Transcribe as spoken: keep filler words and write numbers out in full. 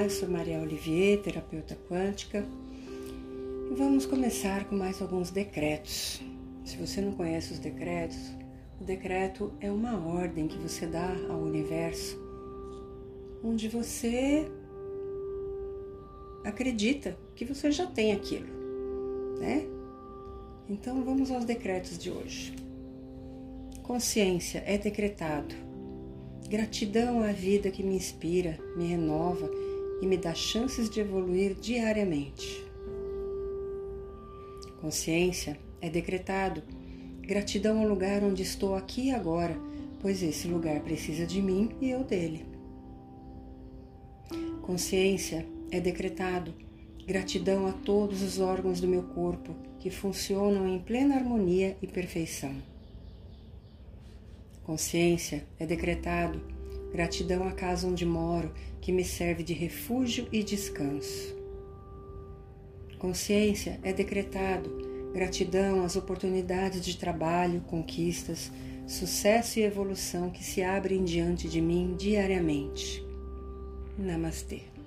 dia, sou Maria Olivier, terapeuta quântica, e vamos começar com mais alguns decretos. Se você não conhece os decretos, o decreto é uma ordem que você dá ao universo, onde você acredita que você já tem aquilo, né? Então vamos aos decretos de hoje. Consciência é decretado. Gratidão à vida que me inspira, me renova e me dá chances de evoluir diariamente. Consciência é decretado. Gratidão ao lugar onde estou aqui e agora, pois esse lugar precisa de mim e eu dele. Consciência é decretado. Gratidão a todos os órgãos do meu corpo que funcionam em plena harmonia e perfeição. Consciência é decretado. Gratidão à casa onde moro, que me serve de refúgio e descanso. Consciência é decretado. Gratidão às oportunidades de trabalho, conquistas, sucesso e evolução que se abrem diante de mim diariamente. Namastê.